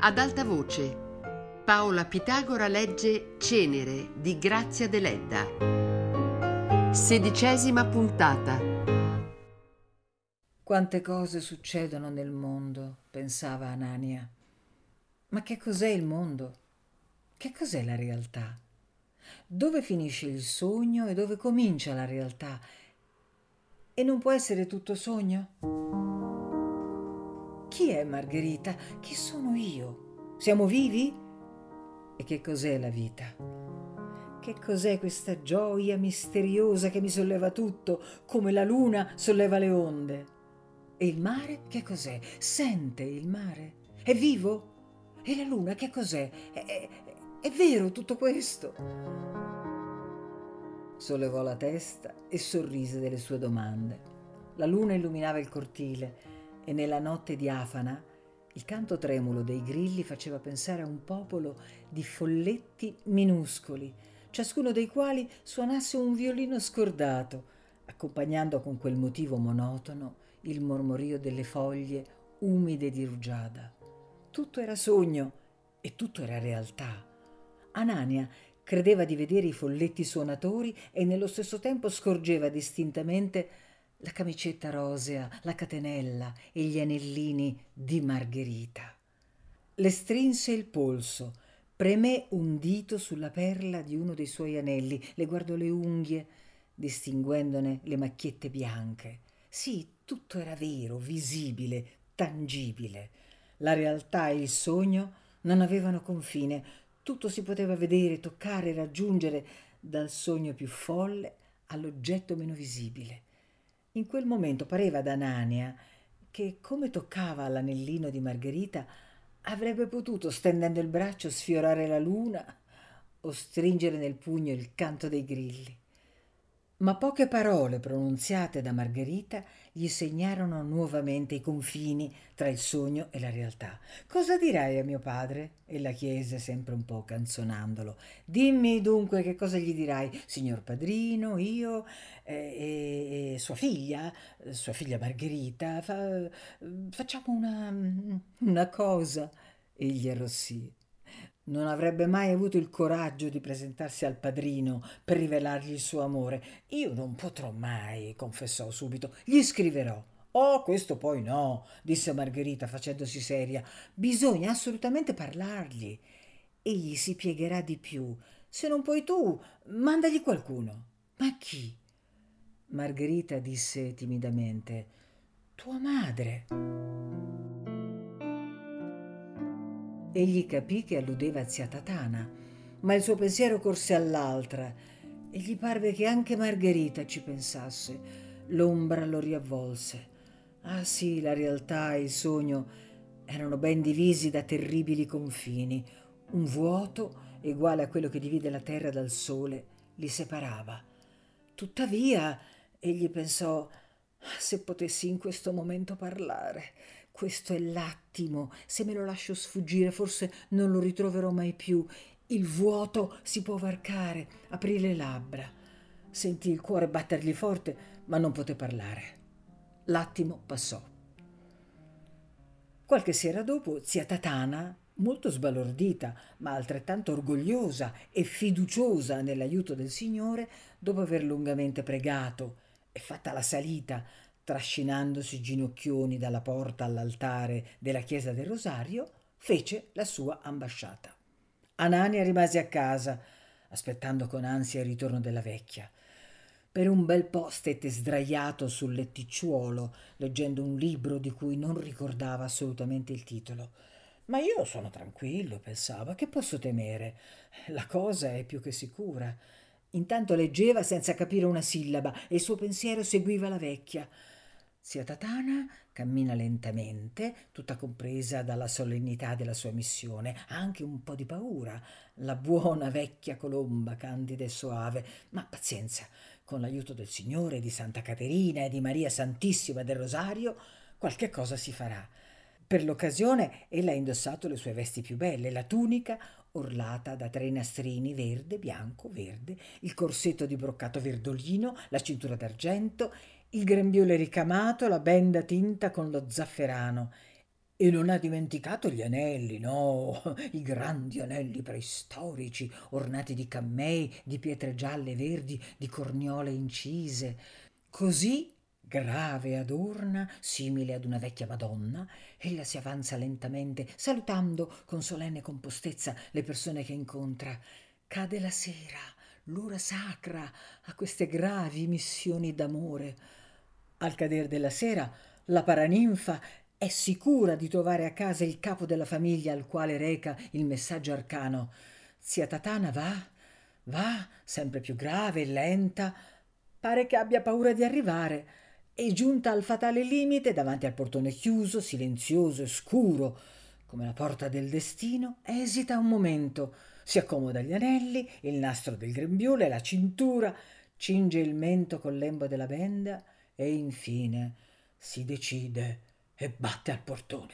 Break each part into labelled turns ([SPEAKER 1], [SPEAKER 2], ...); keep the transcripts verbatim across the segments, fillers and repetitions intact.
[SPEAKER 1] Ad alta voce, Paola Pitagora legge Cenere di Grazia Deledda. Sedicesima puntata.
[SPEAKER 2] Quante cose succedono nel mondo, pensava Anania. Ma che cos'è il mondo? Che cos'è la realtà? Dove finisce il sogno e dove comincia la realtà? E non può essere tutto sogno? Chi è Margherita? Chi sono io? Siamo vivi? E che cos'è la vita? Che cos'è questa gioia misteriosa che mi solleva tutto, come la luna solleva le onde? E il mare che cos'è? Sente il mare? È vivo? E la luna che cos'è? È, è, è vero tutto questo? Sollevò la testa e sorrise delle sue domande. La luna illuminava il cortile e nella notte diafana il canto tremulo dei grilli faceva pensare a un popolo di folletti minuscoli, ciascuno dei quali suonasse un violino scordato, accompagnando con quel motivo monotono il mormorio delle foglie umide di rugiada. Tutto era sogno e tutto era realtà. Anania credeva di vedere i folletti suonatori e nello stesso tempo scorgeva distintamente la camicetta rosea, la catenella e gli anellini di Margherita. Le strinse il polso, premé un dito sulla perla di uno dei suoi anelli, le guardò le unghie, distinguendone le macchiette bianche. Sì, tutto era vero, visibile, tangibile. La realtà e il sogno non avevano confine. Tutto si poteva vedere, toccare, raggiungere, dal sogno più folle all'oggetto meno visibile. In quel momento pareva ad Anania che, come toccava l'anellino di Margherita, avrebbe potuto, stendendo il braccio, sfiorare la luna o stringere nel pugno il canto dei grilli. Ma poche parole pronunziate da Margherita gli segnarono nuovamente i confini tra il sogno e la realtà. «Cosa dirai a mio padre?» ella chiese, sempre un po' canzonandolo. «Dimmi dunque che cosa gli dirai, signor padrino, io eh, e, e sua figlia, sua figlia Margherita, fa, facciamo una, una cosa». Egli arrossì. Non avrebbe mai avuto il coraggio di presentarsi al padrino per rivelargli il suo amore. «Io non potrò mai», confessò subito. «Gli scriverò». «Oh, questo poi no», disse Margherita facendosi seria. «Bisogna assolutamente parlargli. Egli si piegherà di più. Se non puoi tu, mandagli qualcuno». «Ma chi?» Margherita disse timidamente. «Tua madre». Egli capì che alludeva a zia Tatana, ma il suo pensiero corse all'altra e gli parve che anche Margherita ci pensasse. L'ombra lo riavvolse. Ah sì, la realtà e il sogno erano ben divisi da terribili confini. Un vuoto, uguale a quello che divide la terra dal sole, li separava. Tuttavia, egli pensò, se potessi in questo momento parlare. Questo è l'attimo, se me lo lascio sfuggire forse non lo ritroverò mai più. Il vuoto si può varcare, aprì le labbra. Sentì il cuore battergli forte, ma non poté parlare. L'attimo passò. Qualche sera dopo, zia Tatana, molto sbalordita, ma altrettanto orgogliosa e fiduciosa nell'aiuto del Signore, dopo aver lungamente pregato e fatta la salita, trascinandosi ginocchioni dalla porta all'altare della chiesa del Rosario, fece la sua ambasciata. Anania rimase a casa, aspettando con ansia il ritorno della vecchia. Per un bel po' stette sdraiato sul letticciuolo, leggendo un libro di cui non ricordava assolutamente il titolo. «Ma io sono tranquillo», pensava, «che posso temere? La cosa è più che sicura». Intanto leggeva senza capire una sillaba e il suo pensiero seguiva la vecchia. Zia Tatana cammina lentamente, tutta compresa dalla solennità della sua missione, ha anche un po' di paura, la buona vecchia colomba, candida e soave, ma pazienza, con l'aiuto del Signore, di Santa Caterina e di Maria Santissima del Rosario, qualche cosa si farà. Per l'occasione ella ha indossato le sue vesti più belle, la tunica orlata da tre nastrini verde, bianco, verde, il corsetto di broccato verdolino, la cintura d'argento, il grembiule ricamato, la benda tinta con lo zafferano E non ha dimenticato gli anelli, no, i grandi anelli preistorici, ornati di cammei, di pietre gialle e verdi, di corniole incise. Così, grave e adorna, simile ad una vecchia Madonna, ella si avanza lentamente, salutando con solenne compostezza le persone che incontra. Cade la sera, l'ora sacra a queste gravi missioni d'amore. Al cader della sera, la paraninfa è sicura di trovare a casa il capo della famiglia al quale reca il messaggio arcano. Zia Tatana va, va, sempre più grave e lenta, pare che abbia paura di arrivare, e giunta al fatale limite, davanti al portone chiuso, silenzioso e scuro, come la porta del destino, esita un momento, si accomoda gli anelli, il nastro del grembiule, la cintura, cinge il mento col lembo della benda e infine si decide e batte al portone.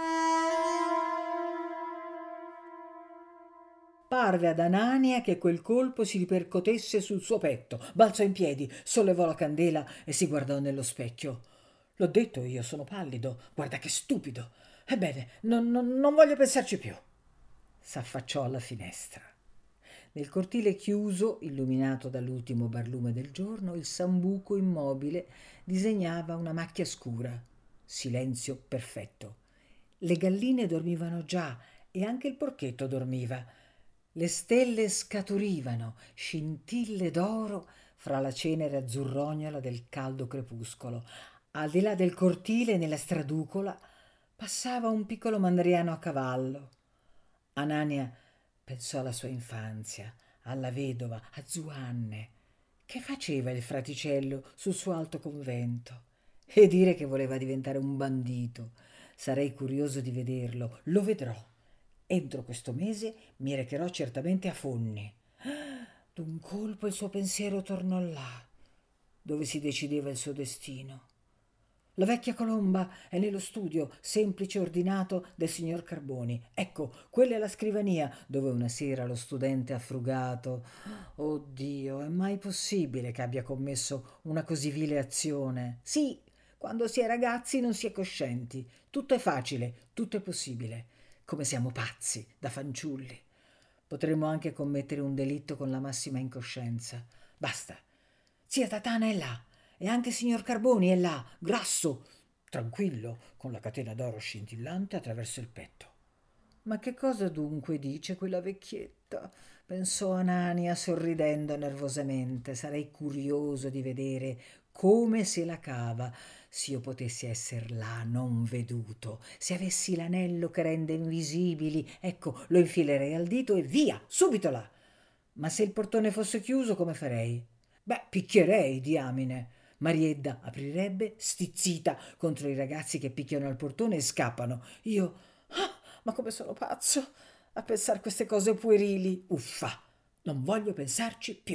[SPEAKER 2] Parve ad Anania che quel colpo si ripercotesse sul suo petto. Balzò in piedi, sollevò la candela e si guardò nello specchio. L'ho detto io, sono pallido. Guarda che stupido. Ebbene, non, non, non voglio pensarci più. S'affacciò alla finestra. Nel cortile chiuso, illuminato dall'ultimo barlume del giorno, il sambuco immobile disegnava una macchia scura. Silenzio perfetto. Le galline dormivano già e anche il porchetto dormiva. Le stelle scaturivano, scintille d'oro, fra la cenere azzurrognola del caldo crepuscolo. Al di là del cortile, nella straducola, passava un piccolo mandriano a cavallo. Anania pensò alla sua infanzia, alla vedova, a Zuanne. Che faceva il fraticello sul suo alto convento? E dire che voleva diventare un bandito. Sarei curioso di vederlo, lo vedrò. Entro questo mese mi recherò certamente a Fonni. D'un colpo il suo pensiero tornò là, dove si decideva il suo destino. La vecchia colomba è nello studio, semplice e ordinato, del signor Carboni. Ecco, quella è la scrivania, dove una sera lo studente ha frugato. Oh Dio, è mai possibile che abbia commesso una così vile azione? Sì, quando si è ragazzi non si è coscienti. Tutto è facile, tutto è possibile. Come siamo pazzi, da fanciulli. Potremmo anche commettere un delitto con la massima incoscienza. Basta. Zia Tatana è là. E anche signor Carboni è là, grasso, tranquillo, con la catena d'oro scintillante attraverso il petto. Ma che cosa dunque dice quella vecchietta? Pensò Anania sorridendo nervosamente. Sarei curioso di vedere come se la cava, se io potessi esser là, non veduto, se avessi l'anello che rende invisibili, ecco, lo infilerei al dito e via, subito là. Ma se il portone fosse chiuso, come farei? Beh, picchierei, diamine. Mariedda aprirebbe, stizzita contro i ragazzi che picchiano al portone e scappano. Io, ah, ma come sono pazzo a pensare queste cose puerili. Uffa, non voglio pensarci più.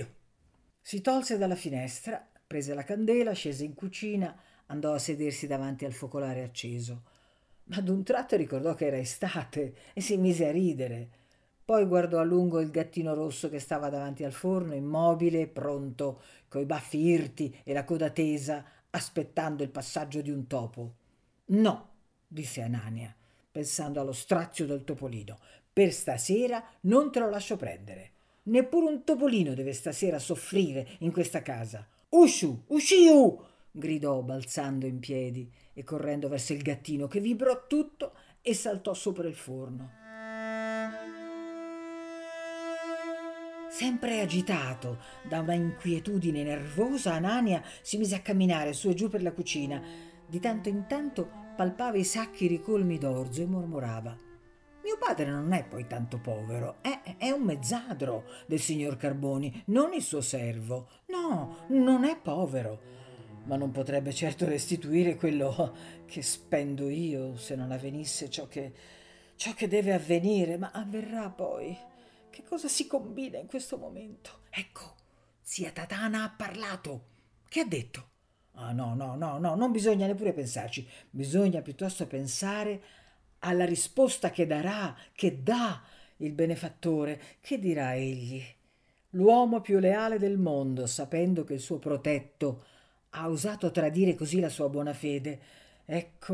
[SPEAKER 2] Si tolse dalla finestra, prese la candela, scese in cucina, andò a sedersi davanti al focolare acceso. Ma d'un tratto ricordò che era estate e si mise a ridere. Poi guardò a lungo il gattino rosso che stava davanti al forno, immobile, pronto, coi baffi irti e la coda tesa, aspettando il passaggio di un topo. No, disse Anania, pensando allo strazio del topolino, per stasera non te lo lascio prendere. Neppure un topolino deve stasera soffrire in questa casa. Usciu, usciu! Gridò balzando in piedi e correndo verso il gattino che vibrò tutto e saltò sopra il forno. Sempre agitato da una inquietudine nervosa, Anania si mise a camminare su e giù per la cucina. Di tanto in tanto palpava i sacchi ricolmi d'orzo e mormorava: mio padre non è poi tanto povero, è, è un mezzadro del signor Carboni, non il suo servo. No, non è povero, ma non potrebbe certo restituire quello che spendo io se non avvenisse ciò che, ciò che deve avvenire, ma avverrà poi. Che cosa si combina in questo momento? Ecco, zia Tatana ha parlato. Che ha detto? Ah, no, no, no, no, non bisogna neppure pensarci. Bisogna piuttosto pensare alla risposta che darà, che dà il benefattore. Che dirà egli? L'uomo più leale del mondo, sapendo che il suo protetto ha osato tradire così la sua buona fede. Ecco,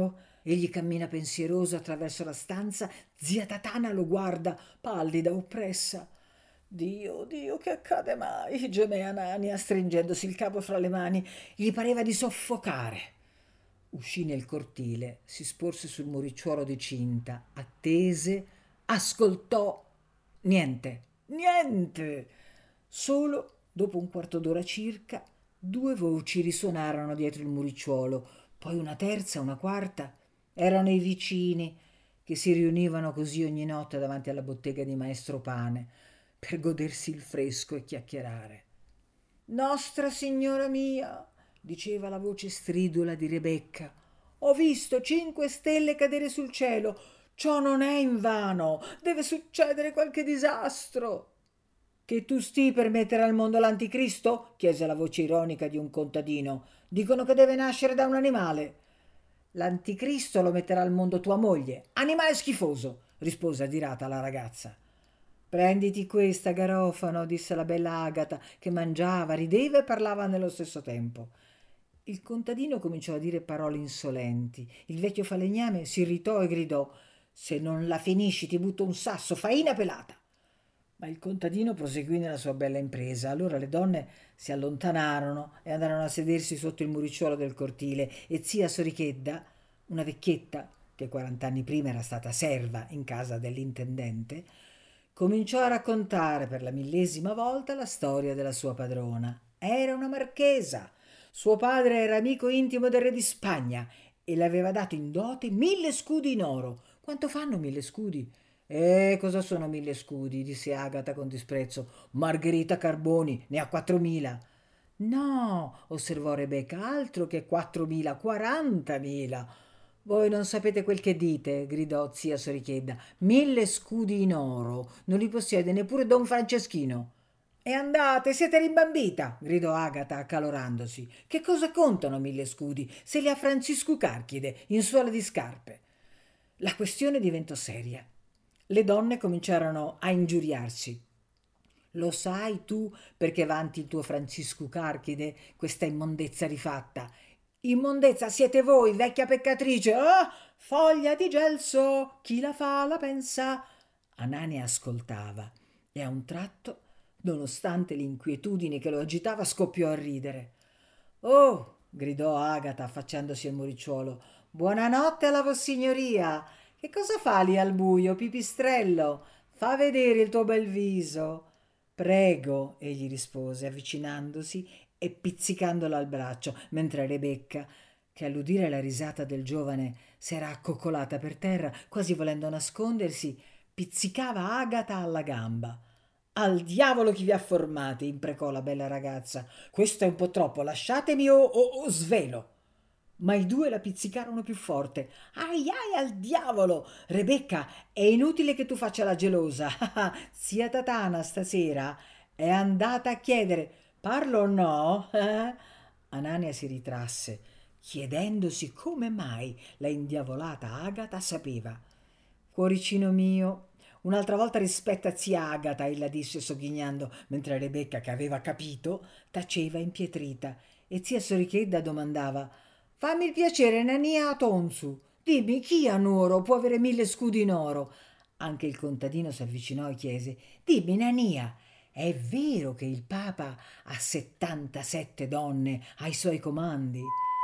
[SPEAKER 2] Egli cammina pensieroso attraverso la stanza, zia Tatana lo guarda, pallida, oppressa. Dio, Dio, che accade mai? Gemé Anania, stringendosi il capo fra le mani. Gli pareva di soffocare. Uscì nel cortile, si sporse sul muricciuolo di cinta, attese, ascoltò. Niente, niente. Solo, dopo un quarto d'ora circa, due voci risuonarono dietro il muricciuolo, poi una terza, una quarta. Erano i vicini che si riunivano così ogni notte davanti alla bottega di Maestro Pane per godersi il fresco e chiacchierare. Nostra Signora mia, diceva la voce stridula di Rebecca, ho visto cinque stelle cadere sul cielo. Ciò non è invano, deve succedere qualche disastro. Che tu stii per mettere al mondo l'anticristo? Chiese la voce ironica di un contadino. Dicono che deve nascere da un animale. L'anticristo lo metterà al mondo tua moglie. Animale schifoso, rispose adirata la ragazza. Prenditi questa, Garofano, disse la bella Agata, che mangiava, rideva e parlava nello stesso tempo. Il contadino cominciò a dire parole insolenti. Il vecchio falegname si irritò e gridò: se non la finisci ti butto un sasso, faina pelata. Ma il contadino proseguì nella sua bella impresa. Allora le donne si allontanarono e andarono a sedersi sotto il muricciuolo del cortile e zia Sorichedda, una vecchietta che quarant'anni prima era stata serva in casa dell'intendente, cominciò a raccontare per la millesima volta la storia della sua padrona. Era una marchesa. Suo padre era amico intimo del re di Spagna e le aveva dato in dote mille scudi in oro. Quanto fanno mille scudi? Eh, cosa sono mille scudi? Disse Agata con disprezzo. Margherita Carboni ne ha quattromila. No, osservò Rebecca, altro che quattromila, quarantamila. Voi non sapete quel che dite, gridò zia Sorichedda. Mille scudi in oro, non li possiede neppure don Franceschino. E andate, siete rimbambita, gridò Agata accalorandosi. Che cosa contano mille scudi se li ha Francisco Carchide in suola di scarpe? La questione diventò seria. Le donne cominciarono a ingiuriarsi. Lo sai tu perché vanti il tuo Francisco Carchide questa immondezza rifatta? Immondezza siete voi, vecchia peccatrice! Ah, foglia di gelso, chi la fa la pensa. Anania ascoltava e a un tratto, nonostante l'inquietudine che lo agitava, scoppiò a ridere. Oh, gridò Agata affacciandosi al muricciuolo, buonanotte alla vossignoria. Che cosa fa lì al buio, pipistrello? Fa vedere il tuo bel viso. Prego, egli rispose, avvicinandosi e pizzicandola al braccio, mentre Rebecca, che all'udire la risata del giovane s'era accoccolata per terra, quasi volendo nascondersi, pizzicava Agata alla gamba. Al diavolo chi vi ha formati, imprecò la bella ragazza. Questo è un po' troppo, lasciatemi o, o, o svelo. Ma i due la pizzicarono più forte. Ai ai al diavolo! Rebecca, è inutile che tu faccia la gelosa. Zia Tatana stasera è andata a chiedere parlo o no? Anania si ritrasse, chiedendosi come mai la indiavolata Agata sapeva. Cuoricino mio, un'altra volta rispetta zia Agata, ella disse sogghignando, mentre Rebecca, che aveva capito, taceva impietrita, e zia Sorichedda domandava: fammi il piacere, Nania Tonsu, dimmi chi a Nuoro può avere mille scudi in oro? Anche il contadino si avvicinò e chiese: dimmi, Nania, è vero che il Papa ha settantasette donne ai suoi comandi?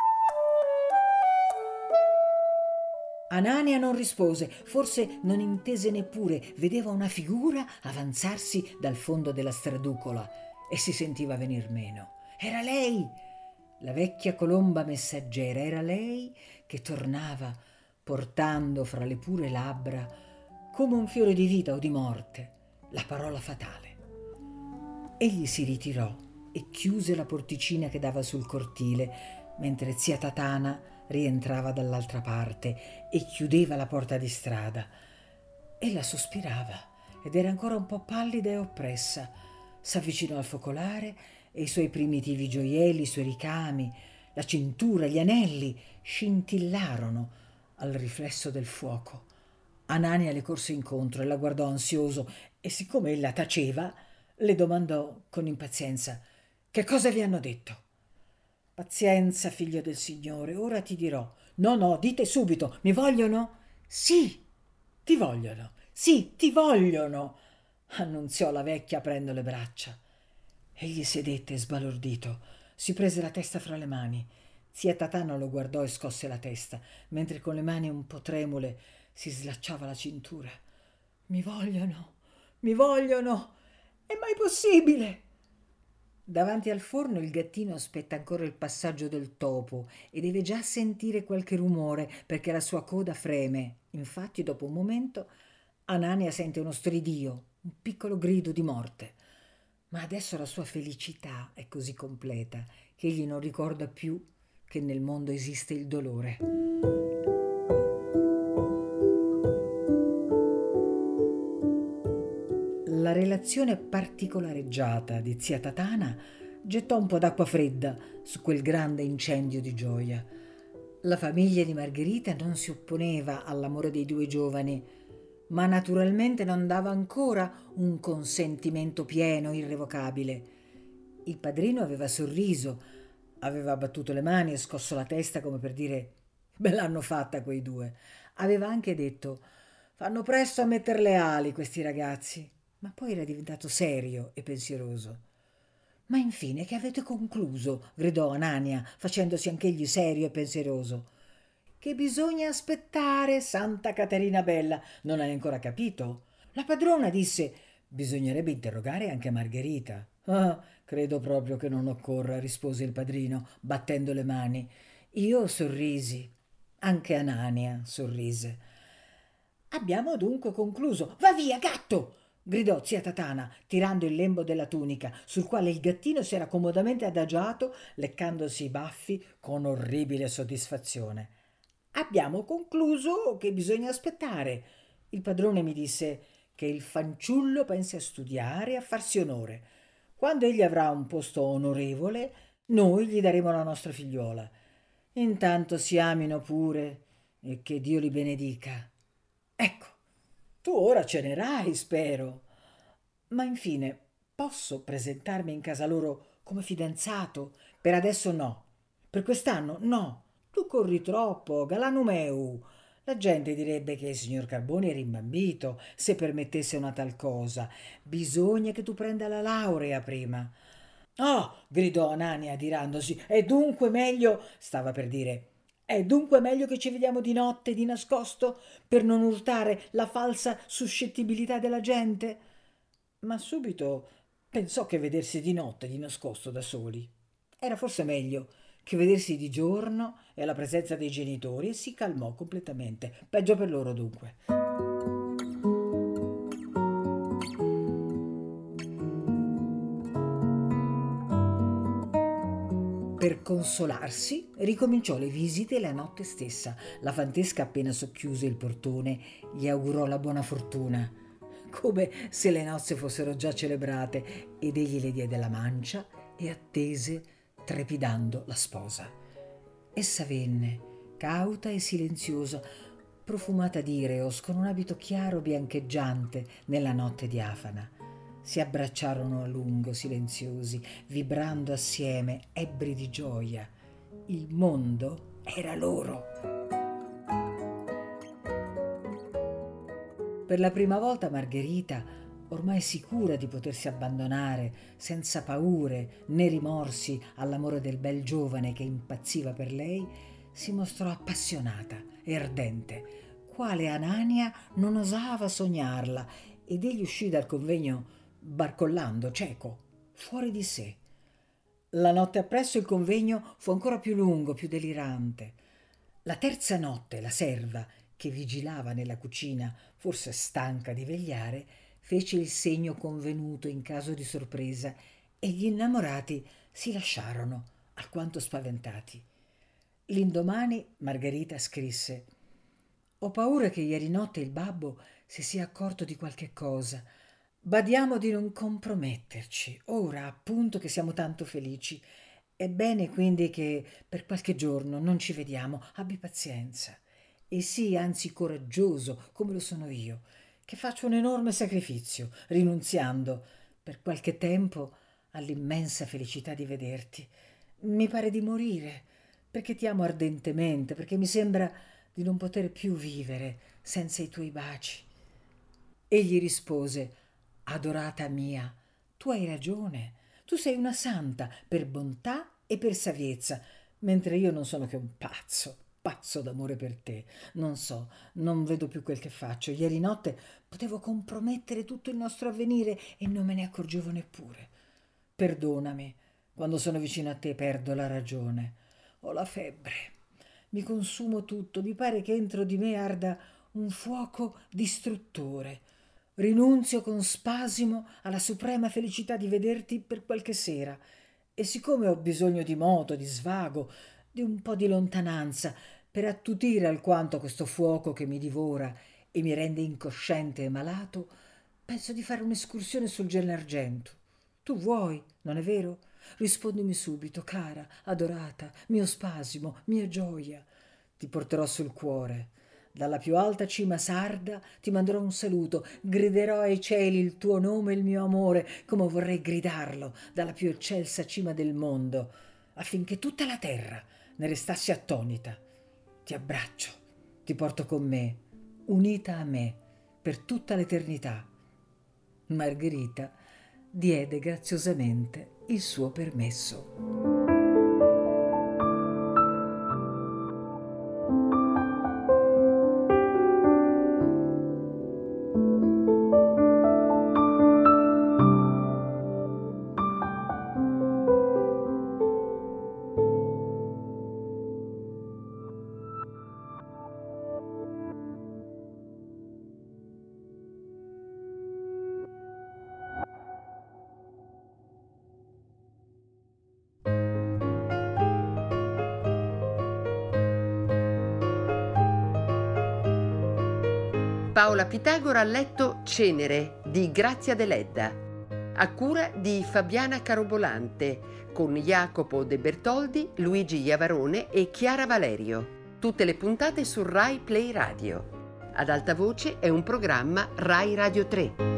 [SPEAKER 2] Anania non rispose, forse non intese neppure, vedeva una figura avanzarsi dal fondo della straducola e si sentiva venir meno. Era lei, la vecchia colomba messaggera, era lei che tornava portando fra le pure labbra, come un fiore di vita o di morte, la parola fatale. Egli si ritirò e chiuse la porticina che dava sul cortile, mentre zia Tatana rientrava dall'altra parte e chiudeva la porta di strada. Ella sospirava ed era ancora un po' pallida e oppressa. S'avvicinò al focolare e i suoi primitivi gioielli, i suoi ricami, la cintura, gli anelli scintillarono al riflesso del fuoco. Anania le corse incontro e la guardò ansioso e, siccome ella taceva, le domandò con impazienza: che cosa vi hanno detto? Pazienza, figlio del Signore, ora ti dirò. No, no, dite subito, mi vogliono? Sì, ti vogliono, sì, ti vogliono, annunziò la vecchia aprendo le braccia. Egli sedette sbalordito, si prese la testa fra le mani. Zia Tatana lo guardò e scosse la testa, mentre con le mani un po' tremule si slacciava la cintura. Mi vogliono, mi vogliono, è mai possibile? Davanti al forno il gattino aspetta ancora il passaggio del topo e deve già sentire qualche rumore perché la sua coda freme. Infatti, dopo un momento, Anania sente uno stridio, un piccolo grido di morte. Ma adesso la sua felicità è così completa che egli non ricorda più che nel mondo esiste il dolore. La relazione particolareggiata di zia Tatana gettò un po' d'acqua fredda su quel grande incendio di gioia. La famiglia di Margherita non si opponeva all'amore dei due giovani, ma naturalmente non dava ancora un consentimento pieno, irrevocabile. Il padrino aveva sorriso, aveva battuto le mani e scosso la testa come per dire: me l'hanno fatta quei due. Aveva anche detto: fanno presto a metter le ali questi ragazzi. Ma poi era diventato serio e pensieroso. Ma infine che avete concluso? Gridò Anania, facendosi anch'egli serio e pensieroso. Che bisogna aspettare, Santa Caterina Bella. Non hai ancora capito? La padrona disse: bisognerebbe interrogare anche Margherita. Ah, credo proprio che non occorra, rispose il padrino, battendo le mani. Io sorrisi. Anche Anania sorrise. Abbiamo dunque concluso. Va via, gatto! Gridò zia Tatana, tirando il lembo della tunica, sul quale il gattino si era comodamente adagiato, leccandosi i baffi con orribile soddisfazione. Abbiamo concluso che bisogna aspettare. Il padrone mi disse che il fanciullo pensa a studiare e a farsi onore. Quando egli avrà un posto onorevole, noi gli daremo la nostra figliuola. Intanto si amino pure e che Dio li benedica. Ecco, tu ora cenerai, spero. Ma infine, posso presentarmi in casa loro come fidanzato? Per adesso no. Per quest'anno no. Tu corri troppo, galano meu. La gente direbbe che il signor Carboni è rimbambito se permettesse una tal cosa. Bisogna che tu prenda la laurea prima. Oh, gridò Anania adirandosi, è dunque meglio, stava per dire, è dunque meglio che ci vediamo di notte, di nascosto, per non urtare la falsa suscettibilità della gente? Ma subito pensò che vedersi di notte, di nascosto da soli, era forse meglio che vedersi di giorno e alla presenza dei genitori, e si calmò completamente. Peggio per loro dunque. Per consolarsi, ricominciò le visite la notte stessa. La fantesca, appena socchiuse il portone, gli augurò la buona fortuna, come se le nozze fossero già celebrate, ed egli le diede la mancia e attese, trepidando, la sposa. Essa venne, cauta e silenziosa, profumata di ireos, con un abito chiaro biancheggiante nella notte diafana. Si abbracciarono a lungo, silenziosi, vibrando assieme, ebbri di gioia. Il mondo era loro. Per la prima volta Margherita, ormai sicura di potersi abbandonare, senza paure né rimorsi all'amore del bel giovane che impazziva per lei, si mostrò appassionata e ardente, quale Anania non osava sognarla, ed egli uscì dal convegno barcollando, cieco, fuori di sé. La notte appresso il convegno fu ancora più lungo, più delirante. La terza notte la serva, che vigilava nella cucina, forse stanca di vegliare, fece il segno convenuto in caso di sorpresa e gli innamorati si lasciarono, alquanto spaventati. L'indomani Margherita scrisse: «Ho paura che ieri notte il babbo si sia accorto di qualche cosa. Badiamo di non comprometterci, ora appunto che siamo tanto felici. È bene quindi che per qualche giorno non ci vediamo, abbi pazienza. E sii anzi coraggioso, come lo sono io, che faccio un enorme sacrificio, rinunziando per qualche tempo all'immensa felicità di vederti. Mi pare di morire, perché ti amo ardentemente, perché mi sembra di non poter più vivere senza i tuoi baci. Egli rispose: adorata mia, tu hai ragione, tu sei una santa per bontà e per saviezza, mentre io non sono che un pazzo, pazzo d'amore per te. Non so, non vedo più quel che faccio. Ieri notte potevo compromettere tutto il nostro avvenire e non me ne accorgevo neppure. Perdonami, quando sono vicino a te perdo la ragione. Ho la febbre, mi consumo tutto, mi pare che entro di me arda un fuoco distruttore. Rinunzio con spasimo alla suprema felicità di vederti per qualche sera, e siccome ho bisogno di moto, di svago, di un po' di lontananza, per attutire alquanto questo fuoco che mi divora e mi rende incosciente e malato, penso di fare un'escursione sul Gennargentu. Tu vuoi, non è vero? Rispondimi subito, cara, adorata, mio spasimo, mia gioia. Ti porterò sul cuore. Dalla più alta cima sarda ti manderò un saluto, griderò ai cieli il tuo nome e il mio amore, come vorrei gridarlo dalla più eccelsa cima del mondo, affinché tutta la terra ne restasse attonita. Ti abbraccio, ti porto con me, unita a me, per tutta l'eternità. Margherita diede graziosamente il suo permesso.
[SPEAKER 1] Paola Pitagora ha letto Cenere di Grazia Deledda, a cura di Fabiana Carobolante, con Jacopo De Bertoldi, Luigi Iavarone e Chiara Valerio. Tutte le puntate su Rai Play Radio. Ad alta voce è un programma Rai Radio tre.